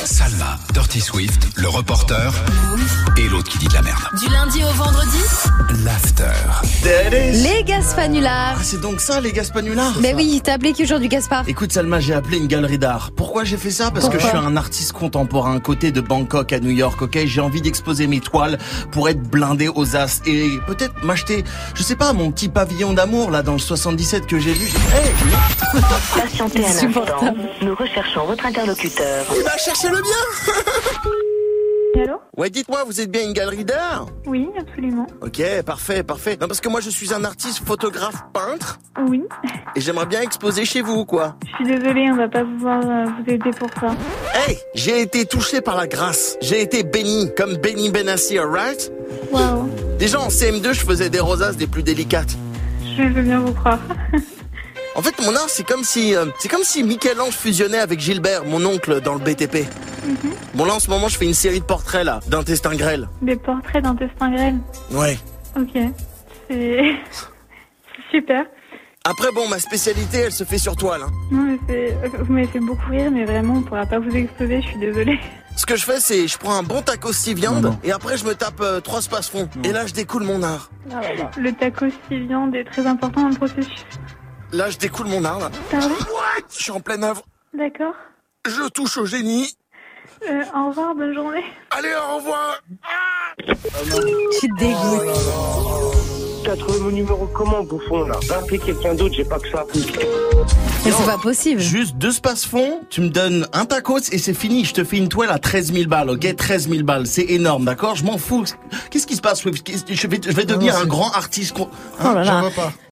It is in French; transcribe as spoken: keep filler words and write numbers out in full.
Salma, Dirty Swift, le reporter et l'autre qui dit de la merde. Du lundi au vendredi, l'after. Les Gaspanulars. Ah, c'est donc ça, les Gaspanulars. Mais oui, t'as appelé qui aujourd'hui, Gaspard? Écoute Salma, j'ai appelé une galerie d'art. Pourquoi j'ai fait ça? Parce Pourquoi que je suis un artiste contemporain, côté de Bangkok à New York, ok? J'ai envie d'exposer mes toiles pour être blindé aux as et peut-être m'acheter, je sais pas, mon petit pavillon d'amour là dans le soixante-dix-sept que j'ai vu. Hey, Patientez un instant, Insupportable. nous recherchons votre interlocuteur. il va chercher le bien. Allô? Ouais, dites-moi, vous êtes bien une galerie d'art? Oui, absolument. Ok, parfait, parfait. Non, parce que moi je suis un artiste photographe peintre Oui. et j'aimerais bien exposer chez vous, quoi. Je suis désolée, on va pas pouvoir euh, vous aider pour ça. Hey, j'ai été touché par la grâce. J'ai été béni, comme Benny Benassi, alright? Waouh. Déjà en C M deux, je faisais des rosaces des plus délicates. Je veux bien vous croire. En fait, mon art, c'est comme si, euh, c'est comme si Michel-Ange fusionnait avec Gilbert, mon oncle, dans le B T P. Mhm. Bon, là, en ce moment, je fais une série de portraits, là, d'intestin grêle. Des portraits d'intestin grêle. Ouais. Ok. C'est... c'est super. Après, bon, ma spécialité, elle se fait sur toile, hein. Non, mais c'est... Vous m'avez fait beaucoup rire, mais vraiment, on pourra pas vous exposer, je suis désolée. Ce que je fais, c'est, je prends un bon tacos six viandes, et après, je me tape euh, trois space-fonds. Et là, je découle mon art. Le taco six viandes est très important dans le processus. Là, je découle mon art, là. Pardon? Je suis en pleine œuvre. D'accord. Je touche au génie. Euh, au revoir, bonne journée. Allez, au revoir. Je suis dégoûtée. T'as trouvé mon numéro comment, bouffon, là? Va appeler quelqu'un d'autre, j'ai pas que ça. Mais c'est pas possible. Juste deux space-fonds, tu me donnes un tacos et c'est fini. Je te fais une toile à treize mille balles, ok? treize mille balles, c'est énorme, d'accord? Je m'en fous. Qu'est-ce qui se passe, Swift? Je vais, je vais devenir un grand artiste. con- Oh là là. J'en veux pas.